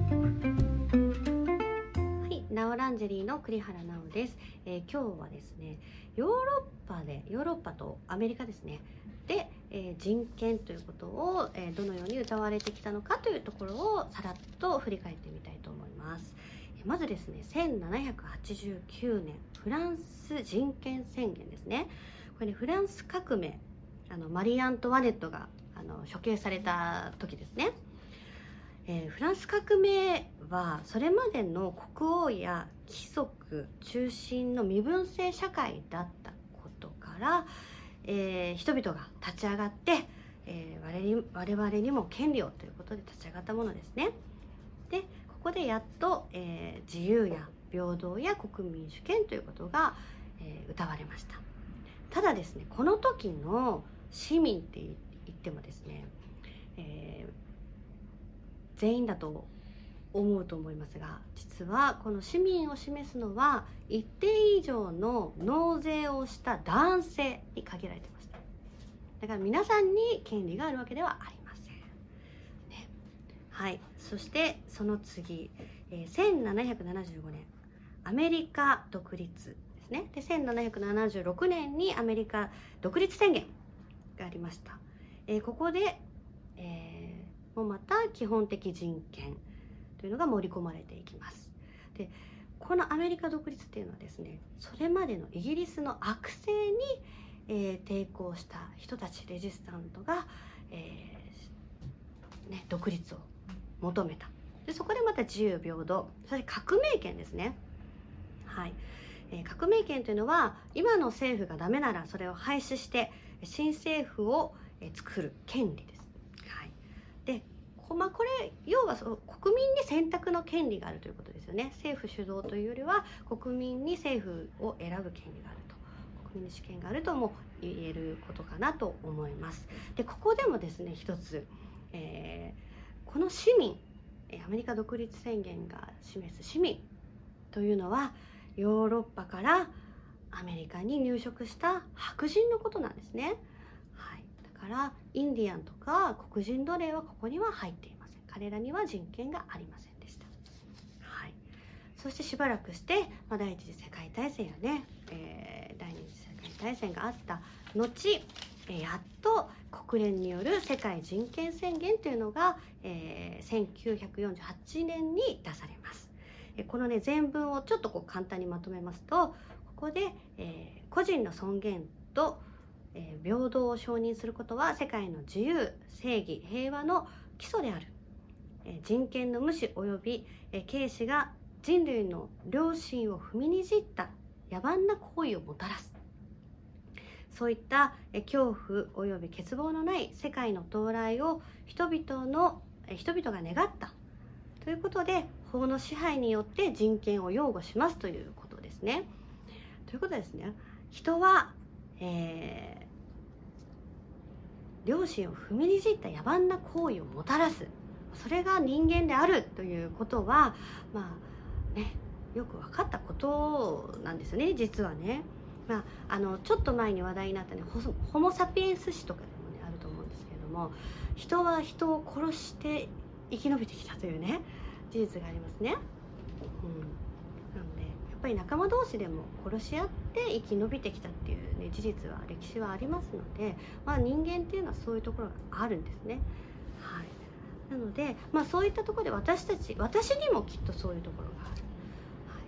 ナオランジェリーの栗原直です。今日はですね、ヨーロッパとアメリカですねで、人権ということを、どのように謳われてきたのかというところをさらっと振り返ってみたいと思います。まずですね、1789年フランス人権宣言ですね。これね、フランス革命、マリー・アントワネットが処刑された時ですね。フランス革命はそれまでの国王や貴族中心の身分制社会だったことから、人々が立ち上がって、我々にも権利をということで立ち上がったものですね。で、ここでやっと、自由や平等や国民主権ということが、謳われました。ただですね、この時の市民って言ってもですね、全員だと思うと思いますが、実はこの市民を示すのは一定以上の納税をした男性に限られていました。だから皆さんに権利があるわけではありません、ね。はい。そしてその次、1775年アメリカ独立ですね。で、1776年にアメリカ独立宣言がありました。ここで、もまた基本的人権というのが盛り込まれていきます。で、このアメリカ独立っていうのはですね、それまでのイギリスの悪政に、抵抗した人たち、レジスタントが、独立を求めた。で、そこでまた自由平等、そして革命権ですね。はい。革命権というのは今の政府がダメならそれを廃止して新政府を作る権利です。はい。で、これ要は国民に選択の権利があるということですよね。政府主導というよりは国民に政府を選ぶ権利があると、国民に主権があるとも言えることかなと思います。で、ここでもですね、一つ、この市民、アメリカ独立宣言が示す市民というのはヨーロッパからアメリカに入植した白人のことなんですね。はい。だからインディアンとか黒人奴隷はここには入っていません。彼らには人権がありませんでした。はい。そしてしばらくして、第一次世界大戦やね、第二次世界大戦があった後、やっと国連による世界人権宣言というのが、1948年に出されます。このね、全文をちょっと簡単にまとめますと、ここで、個人の尊厳と平等を承認することは世界の自由、正義、平和の基礎である。人権の無視及び軽視が人類の良心を踏みにじった野蛮な行為をもたらす。そういった恐怖及び欠乏のない世界の到来を人々が願ったということで、法の支配によって人権を擁護しますということですね。ということですね、人は良心を踏みにじった野蛮な行為をもたらす、それが人間であるということはよく分かったことなんですね、実はね。ちょっと前に話題になったね、ホモ・サピエンス史とかでもねあると思うんですけれども、人は人を殺して生き延びてきたというね事実がありますね。なのでやっぱり仲間同士でも殺し合って生き延びてきたっていうね事実は、歴史はありますので、人間っていうのはそういうところがあるんですね。はい。なので、そういったところで私にもきっとそういうところがある。はい。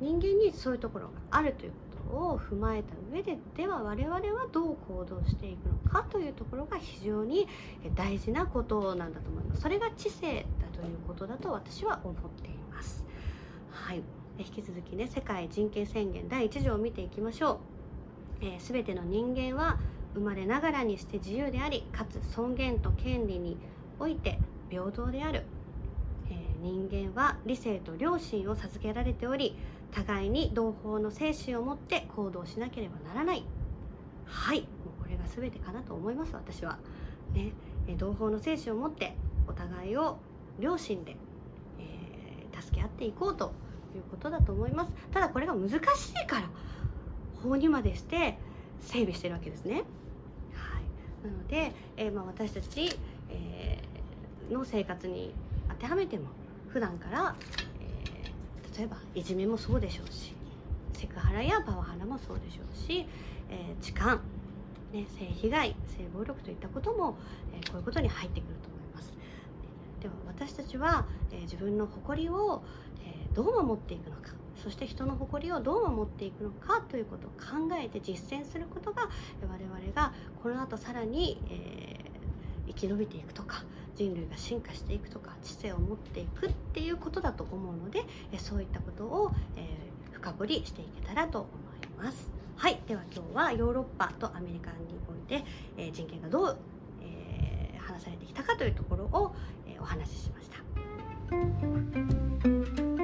人間にそういうところがあるということを踏まえた上で、では我々はどう行動していくのかというところが非常に大事なことなんだと思います。それが知性だということだと私は思っています。はい。引き続きね、世界人権宣言第1条を見ていきましょう。すべての人間は生まれながらにして自由であり、かつ尊厳と権利において平等である。人間は理性と良心を授けられており、互いに同胞の精神を持って行動しなければならない。はい。もうこれが全てかなと思います、私は。ね、同胞の精神を持ってお互いを良心で、助け合っていこうということだと思います。ただこれが難しいから法にまでして整備してるわけですね。はい。なので、私たち、の生活に当てはめても普段から、例えばいじめもそうでしょうし、セクハラやパワハラもそうでしょうし、痴漢、ね、性被害、性暴力といったことも、こういうことに入ってくると思います。では私たちは、自分の誇りを、どう守っていくのか、そして人の誇りをどう守っていくのかということを考えて実践することが、我々がこの後さらに、生き延びていくとか、人類が進化していくとか、知性を持っていくっていうことだと思うので、そういったことを、深掘りしていけたらと思います。はい、では今日はヨーロッパとアメリカにおいて、人権がどう、話されてきたかというところを、お話ししました。